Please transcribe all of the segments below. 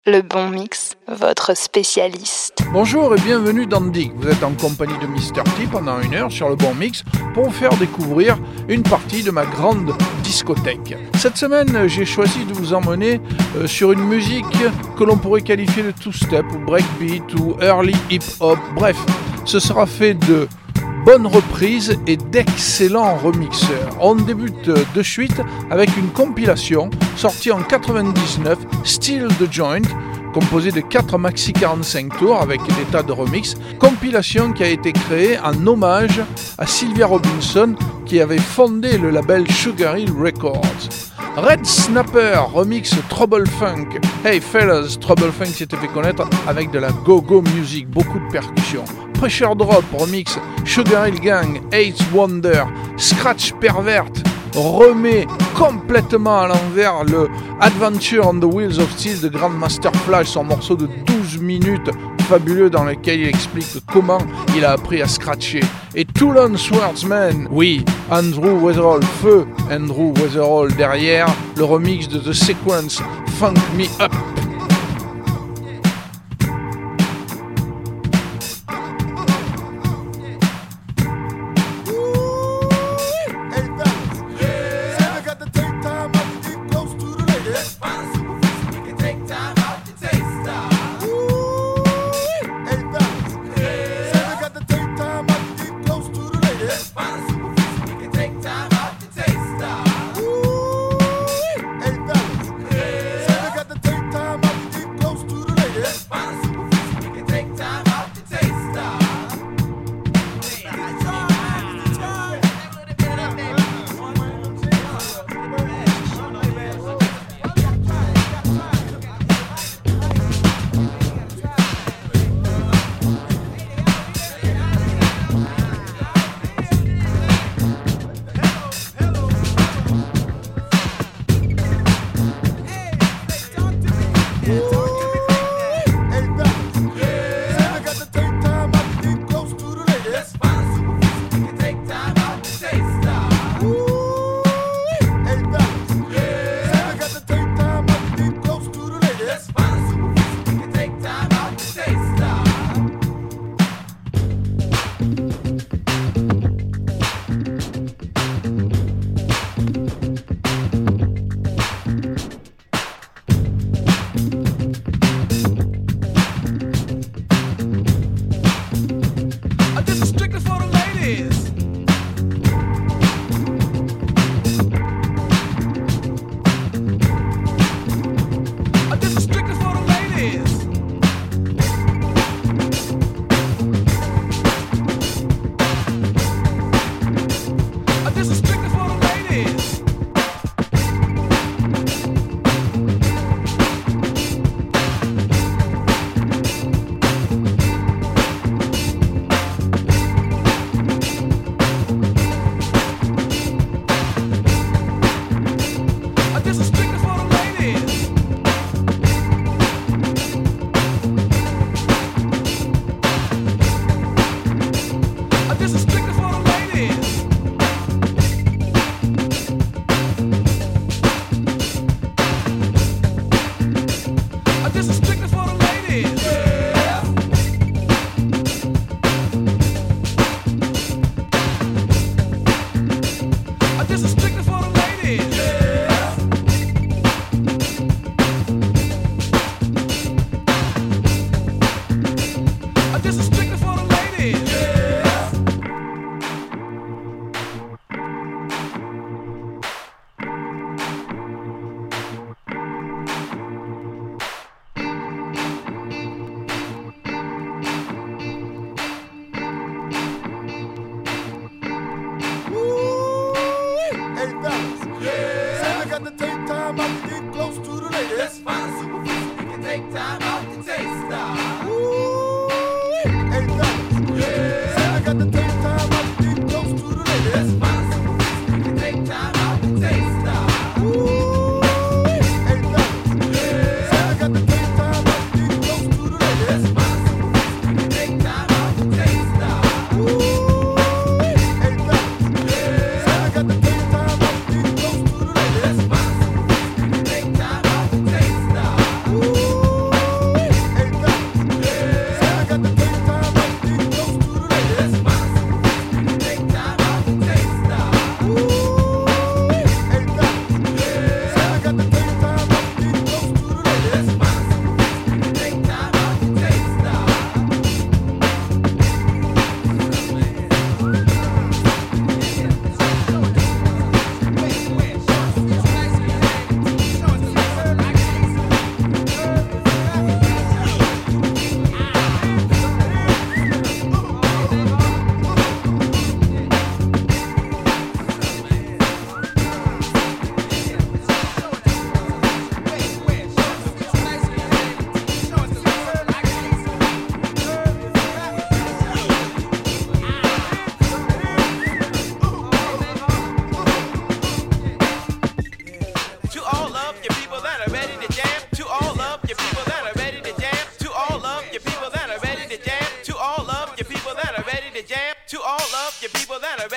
Le Bon Mix, votre spécialiste. Bonjour et bienvenue dans Dig. Vous êtes en compagnie de Mr. T pendant 1 heure sur Le Bon Mix pour vous faire découvrir une partie de ma grande discothèque. Cette semaine, j'ai choisi de vous emmener sur une musique que l'on pourrait qualifier de two-step ou breakbeat ou early hip-hop. Bref, ce sera fait de bonnes reprises et d'excellents remixeurs. On débute de suite avec une compilation sortie en 99, Still the Joint, composée de 4 maxi 45 tours avec des tas de remixes. Compilation qui a été créée en hommage à Sylvia Robinson qui avait fondé le label Sugar Hill Records. Red Snapper remix Trouble Funk. Hey fellas, Trouble Funk s'était fait connaître avec de la go-go music, beaucoup de percussions. Pressure Drop remix Sugar Hill Gang, Eighth Wonder. Scratch Pervert remet complètement à l'envers le Adventure on the Wheels of Steel de Grandmaster Flash, son morceau de 12 minutes fabuleux dans lequel il explique comment il a appris à scratcher. Et Toulon Swordsman, oui, Andrew Weatherall, feu Andrew Weatherall derrière, le remix de The Sequence, Funk Me Up.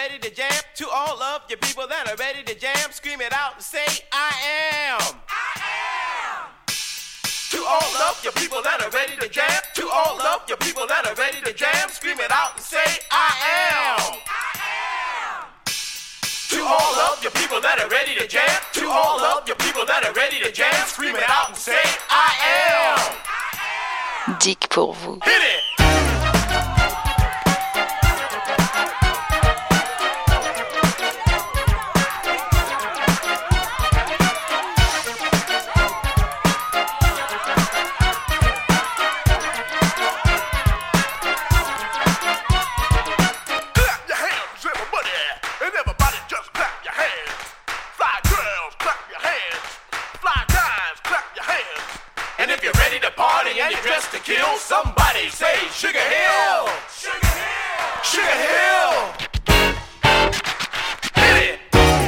ready to jam. To all of you people that are ready to jam, scream it out and say, I am. To all of you people that are ready to jam. To all of you people that are ready to jam, scream it out and say, I am. To all of you people that are ready to jam. To all of you people that are ready to jam, scream it out and say, I am. Dick pour vous. Hit it! And you're dressed to kill, somebody say Sugar Hill! Sugar Hill! Sugar Hill! Hit it!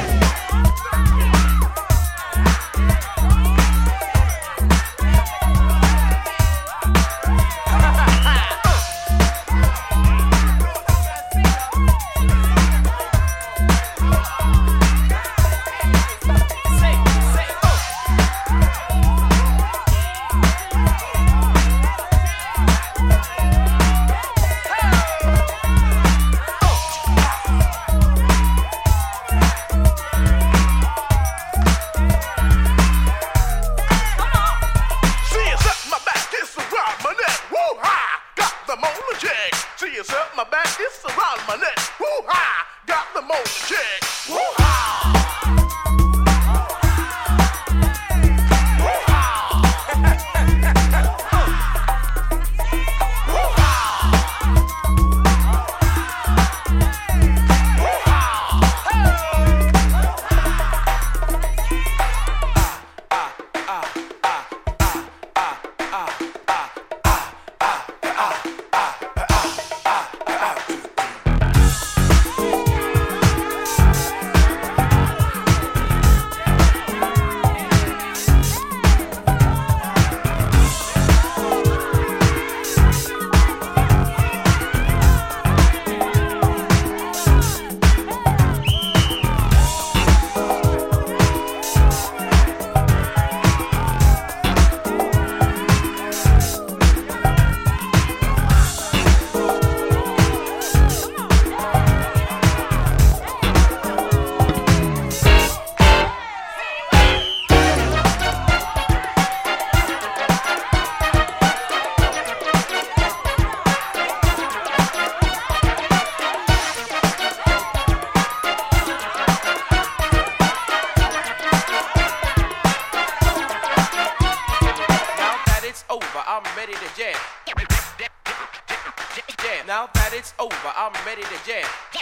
Now that it's over, I'm ready to jam.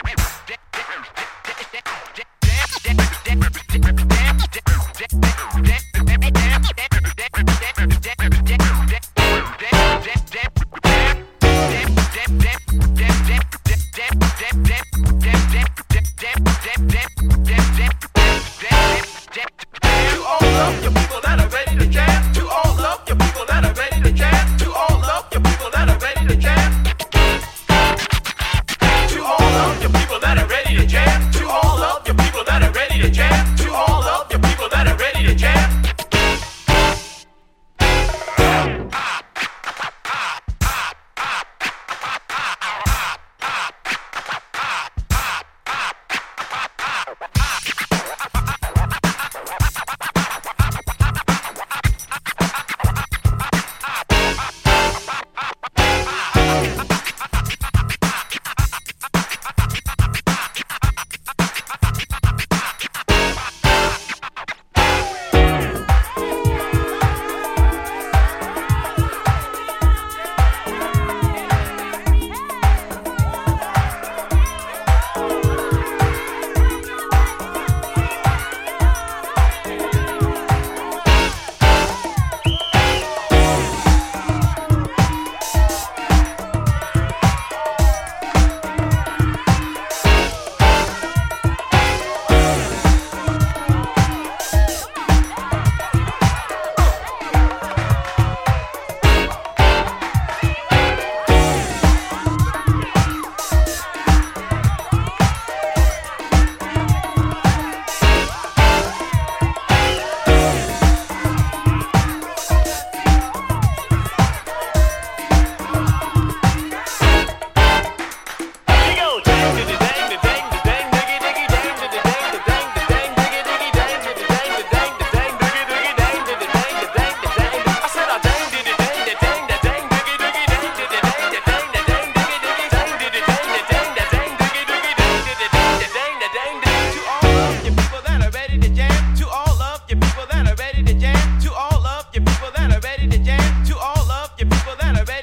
To all of you people that are ready to jam. To all of you people that are ready to jam. To all of you people that are ready to jam. To all of you people that are ready to jam. To all of you people that are ready to jam. To all of you people that are ready to jam.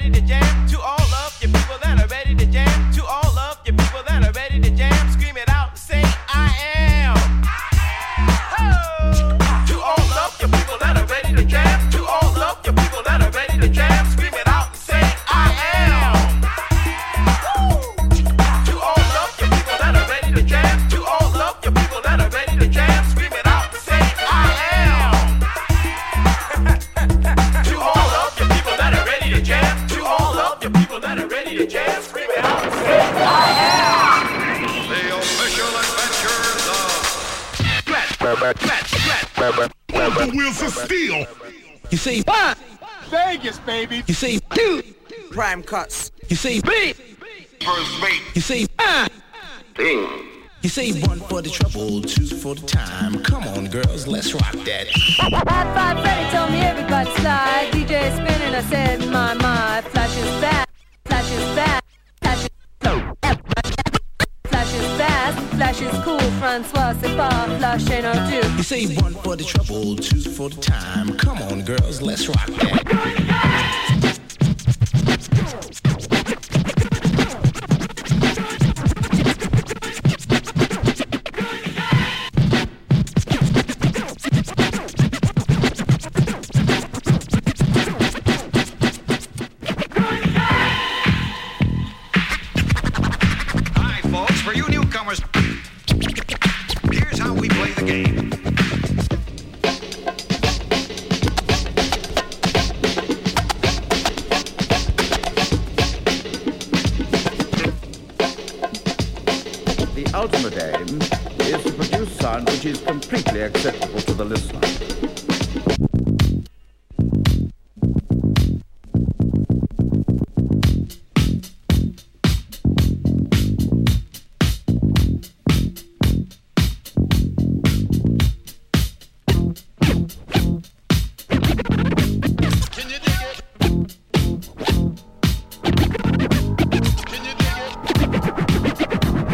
ready to jam. To all of you people that are ready to jam. To all of you people that are ready to jam. Scream it out and say, I am. Oh. To all of you people that are ready to jam. To all of you people that are ready to jam. Scream it out and say, I am. To all of you people that are ready to jam. To all of you people that are ready to jam. Scream it out and say, I am. To all of you people that are ready to jam. To all of you people that are ready to jam. Scream it out and say, I am. The official adventures of The wheels of steel. You see one, Vegas, baby. you see two, Prime cuts. you see three, First mate. you see you see one for the trouble, two for the time. Come on, girls, let's rock that. High five Freddy told me everybody slide. DJ spinning, I said, my, flash is bad, flash is bad, flash is flash is fast, flash is cool. Francois, c'est pas flash ain't no do. You see one for the trouble, two for the time. Come on, girls, let's rock that. Hi, folks. For you newcomers, here's how we play the game. The ultimate aim is to produce sound which is completely acceptable to the listener. Can you dig it? Can you dig it?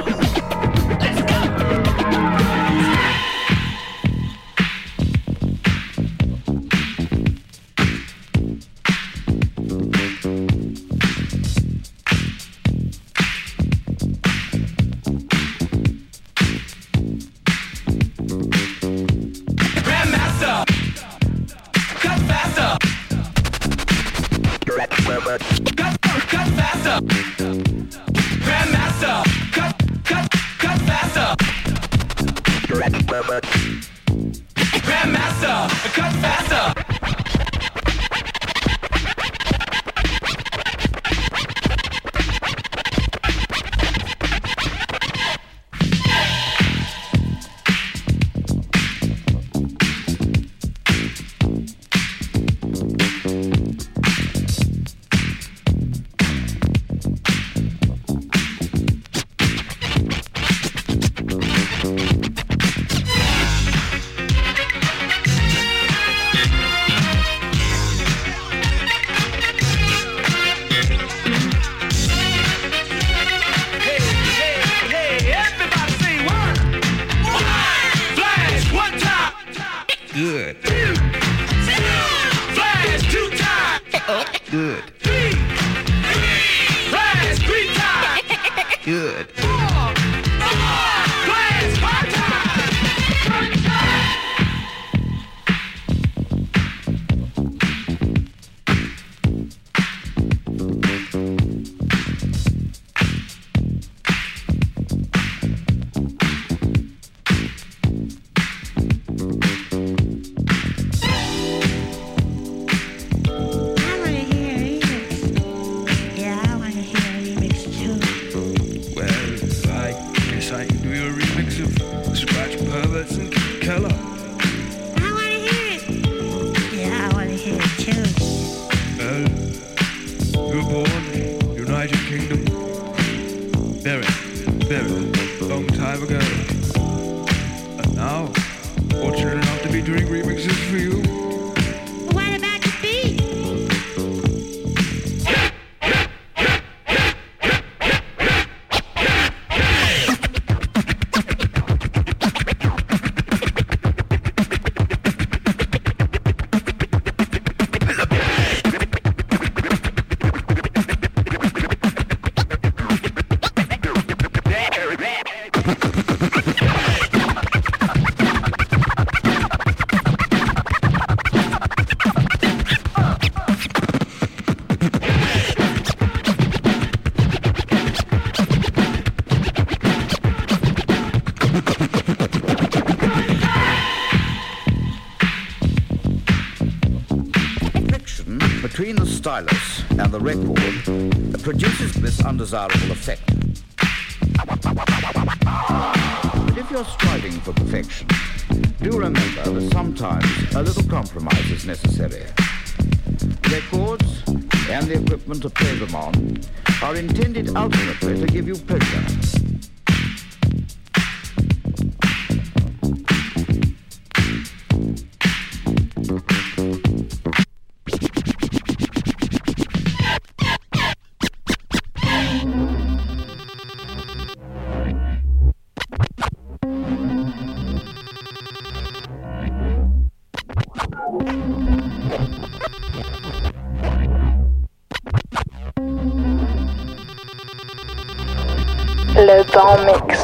Grandmaster, cut faster. Cut faster. Grandmaster, cut faster. Grandmaster, cut faster. Hey, everybody say one. Flash, one time. Good, Flash, two times. good, Flash, three times. good. Flash, five times. I wanna hear you. between the stylus and the record produces this undesirable effect. But if you're striving for perfection, do remember that sometimes a little compromise is necessary. Records and the equipment to play them on are intended ultimately to give you pleasure. Le Bon Mix.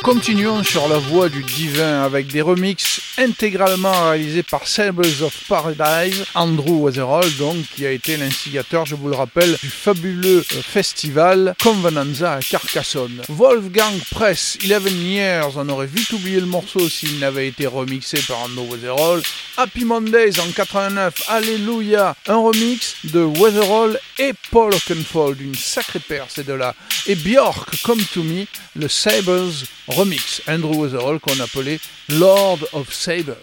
Continuons sur la voie du divin avec des remixes intégralement réalisés par Sables of Paradise, Andrew Weatherall donc, qui a été l'instigateur, je vous le rappelle, du fabuleux festival Convenanza à Carcassonne. Wolfgang Press, 11 Years, on aurait vite oublié le morceau s'il n'avait été remixé par Andrew Weatherall. Happy Mondays en 89, Alléluia, un remix de Weatherall et Paul Oakenfold, une sacrée paire ces deux-là. Et Björk, Come to Me, le Sables remix, Andrew Weatherall qu'on appelait Lord of Sabres.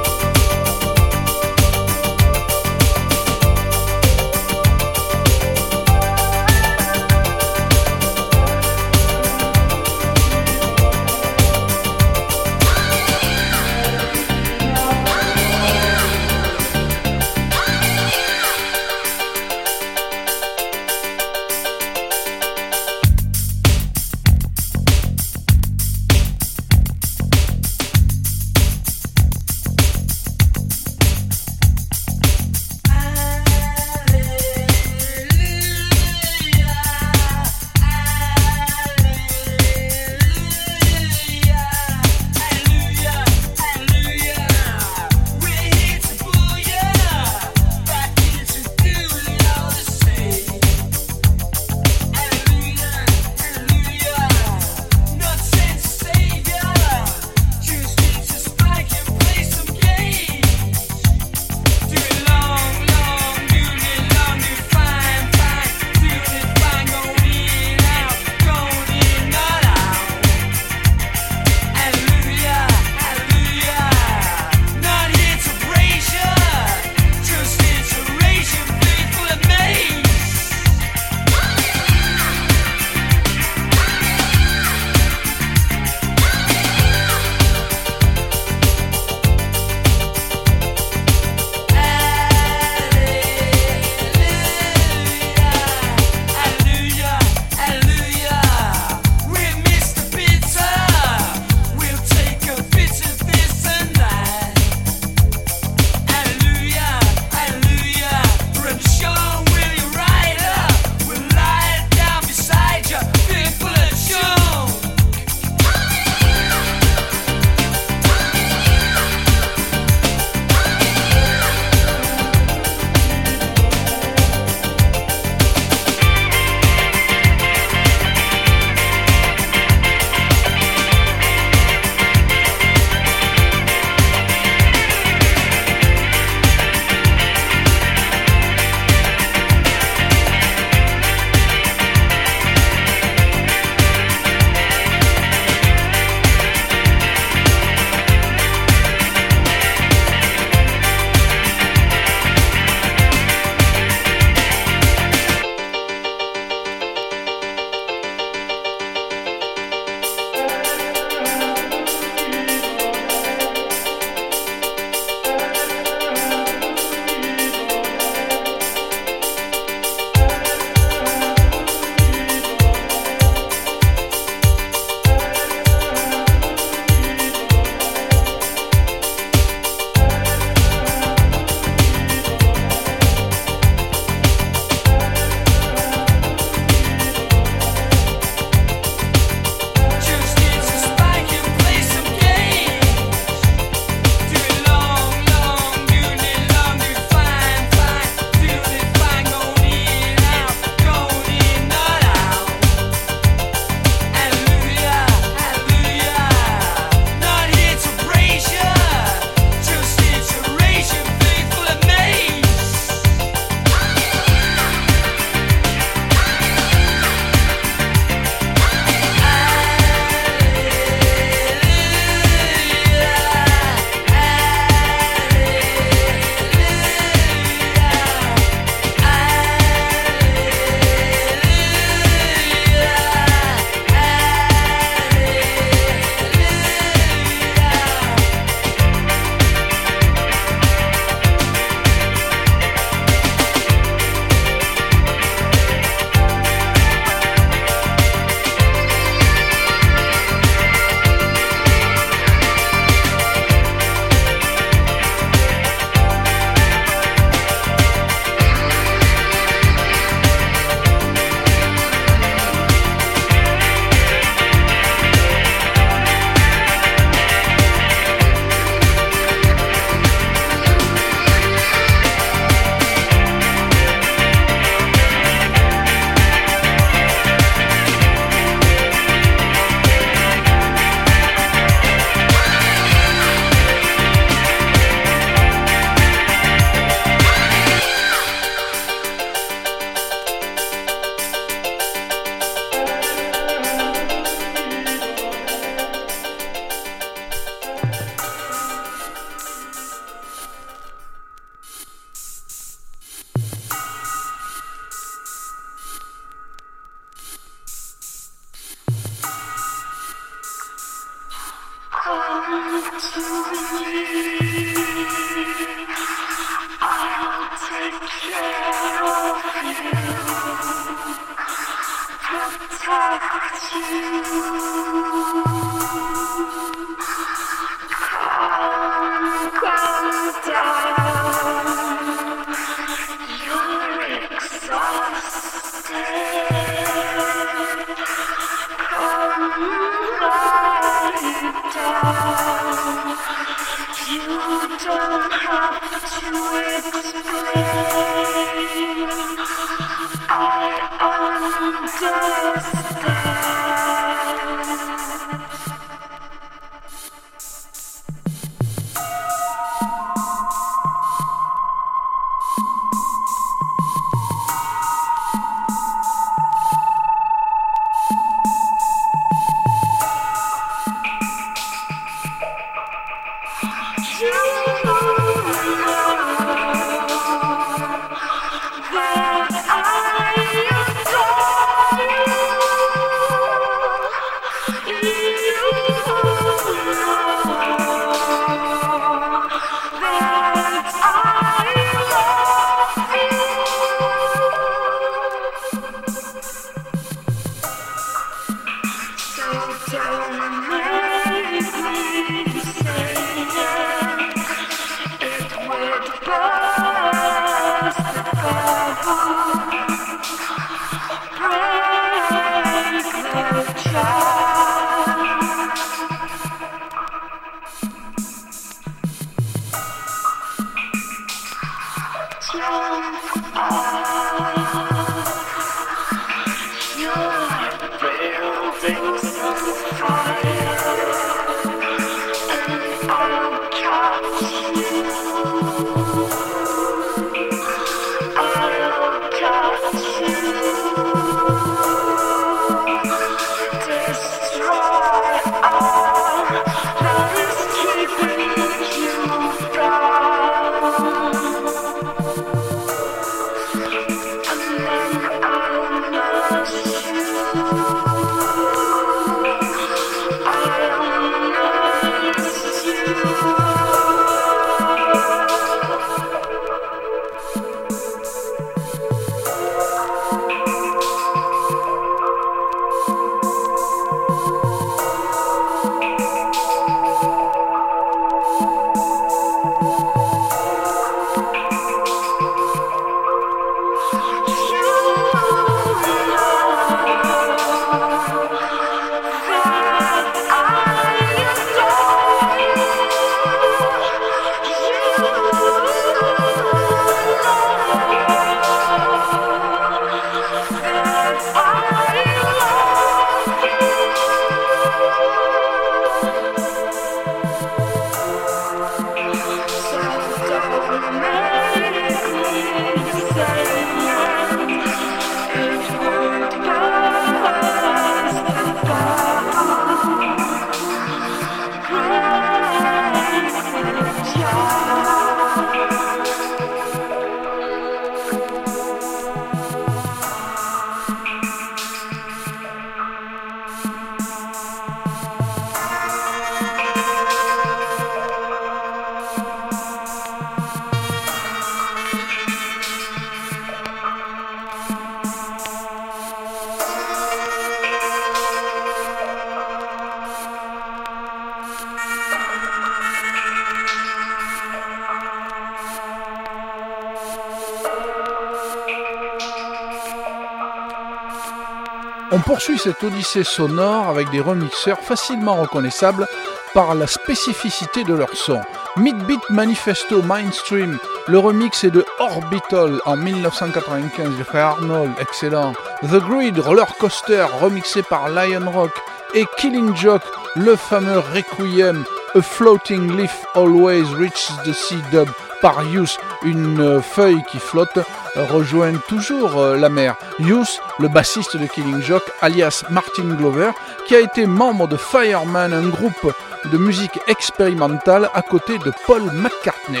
On poursuit cette odyssée sonore avec des remixeurs facilement reconnaissables par la spécificité de leur son. Midbeat Manifesto Mainstream, le remix est de Orbital en 1995, les frères Arnold, excellent. The Grid Roller Coaster, remixé par Lion Rock, et Killing Joke, le fameux Requiem, A Floating Leaf Always Reaches the Sea dub par Youth, une feuille qui flotte rejoint toujours la mer. Youth, le bassiste de Killing Joke, alias Martin Glover, qui a été membre de Fireman, un groupe de musique expérimentale à côté de Paul McCartney.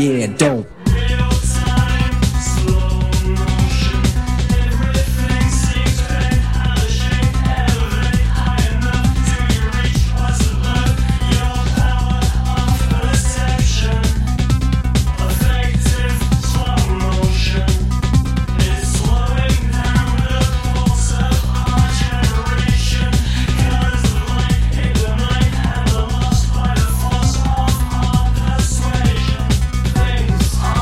Yeah, dope. Things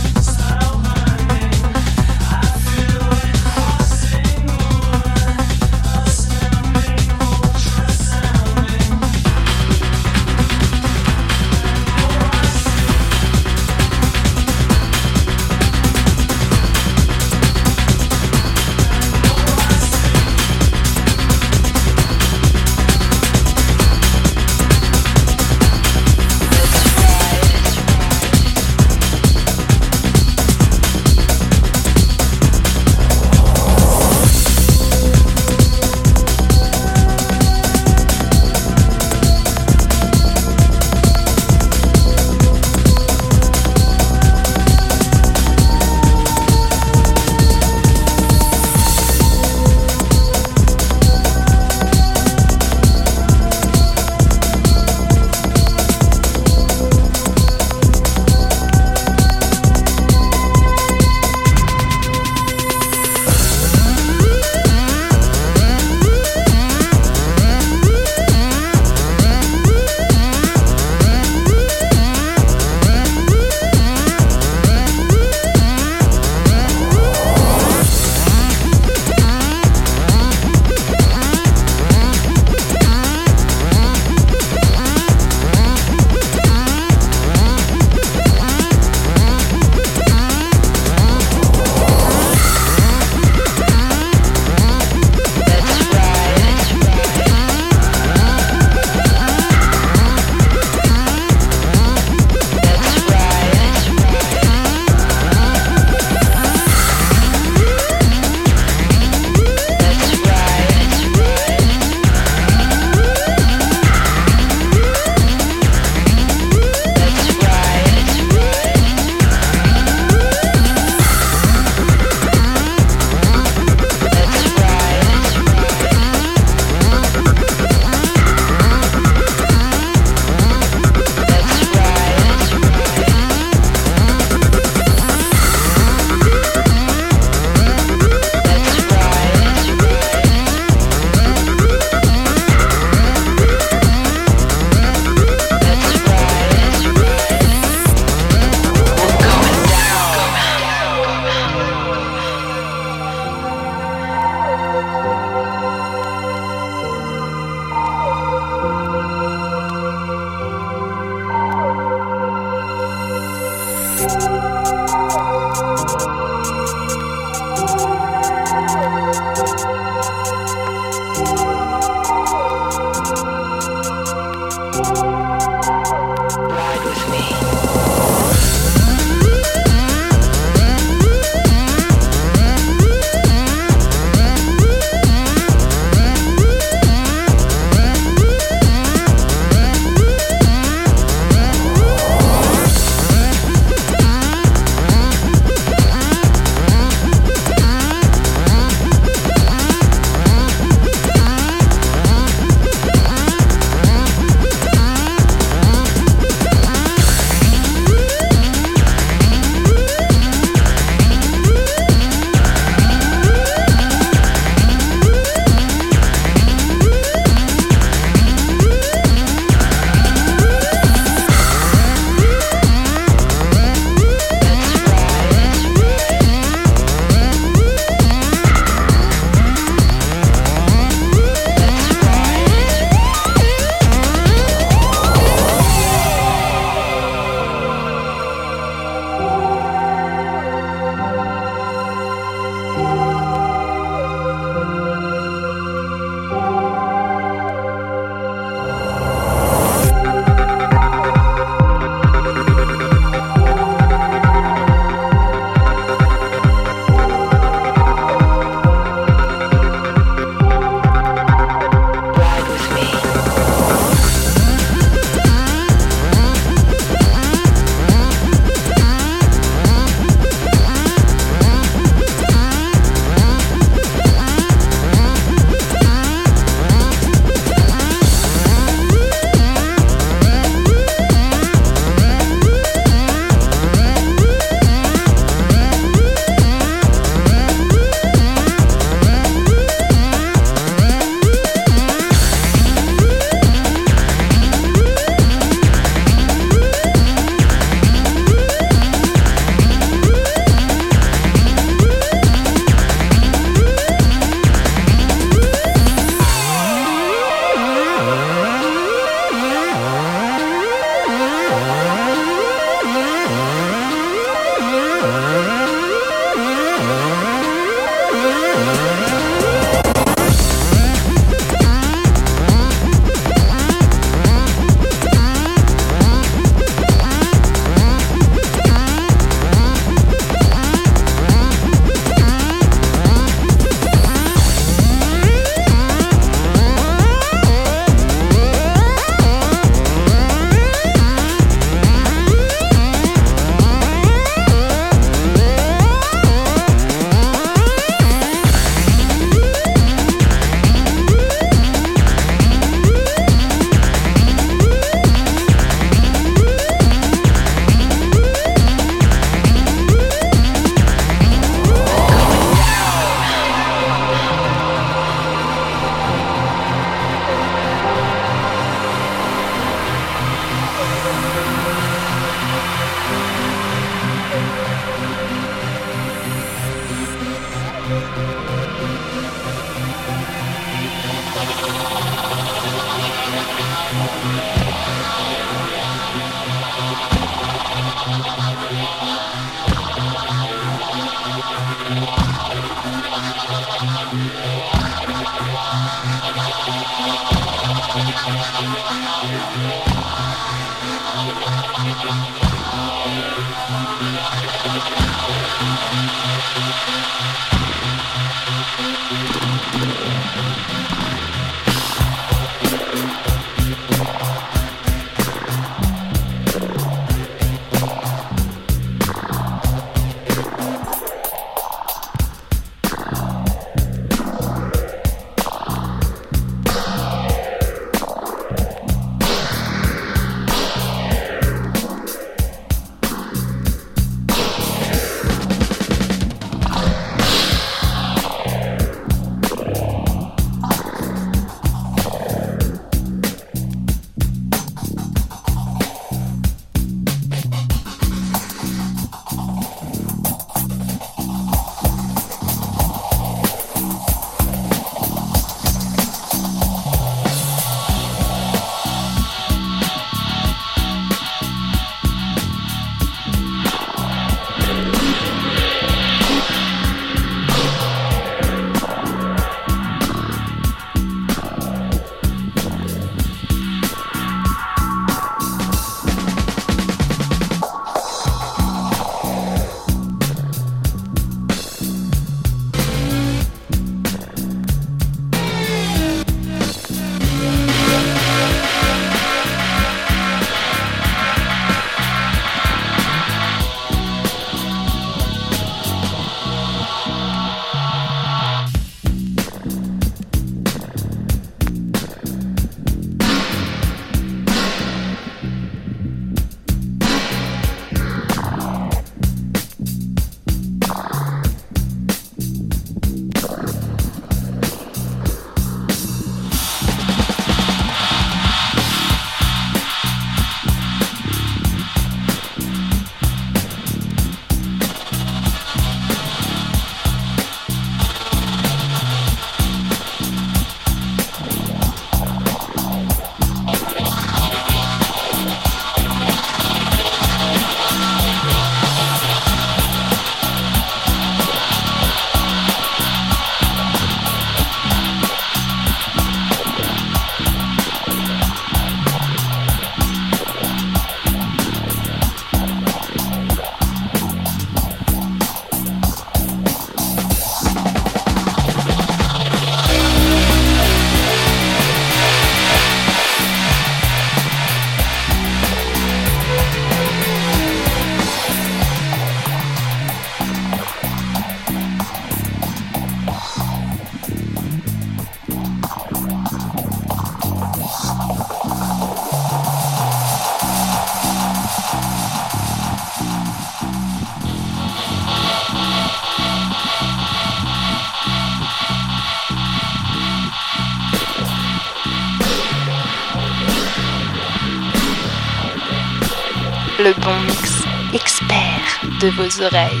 Le bon mix, expert de vos oreilles.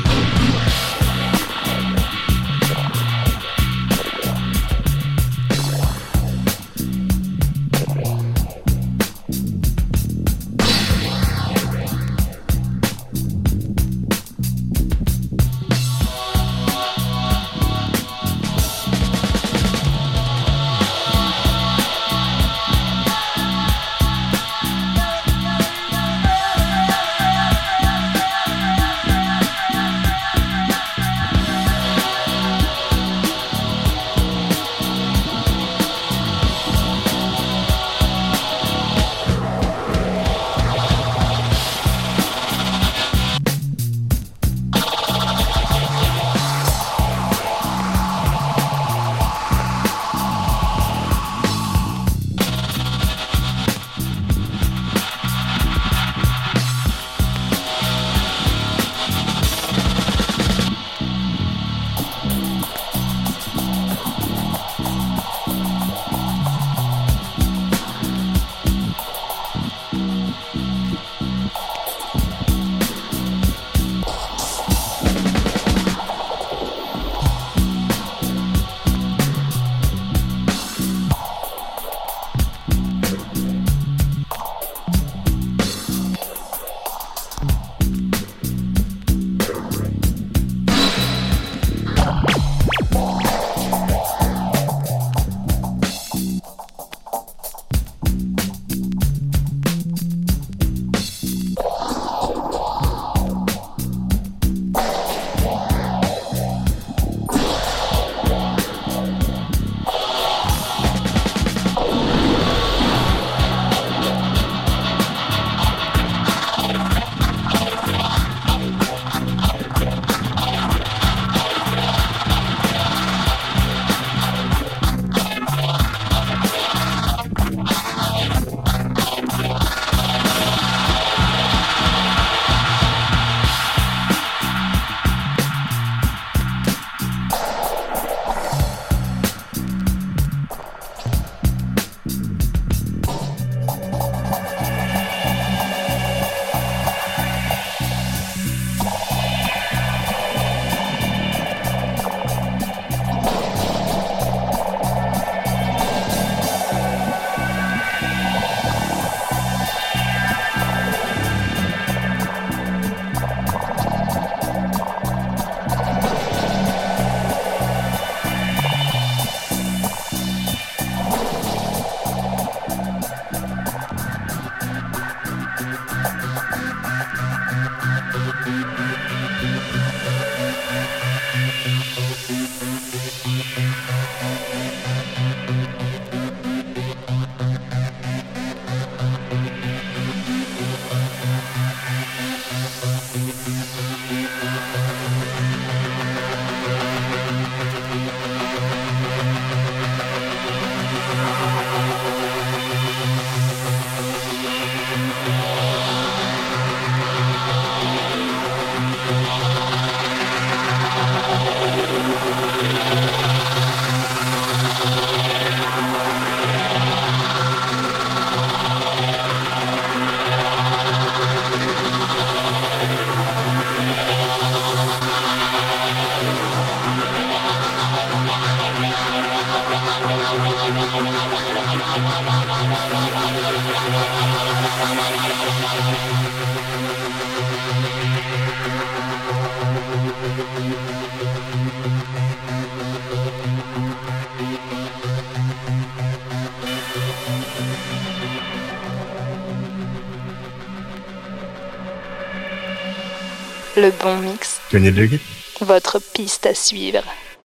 Le bon mix. Can you dig it? Votre piste à suivre.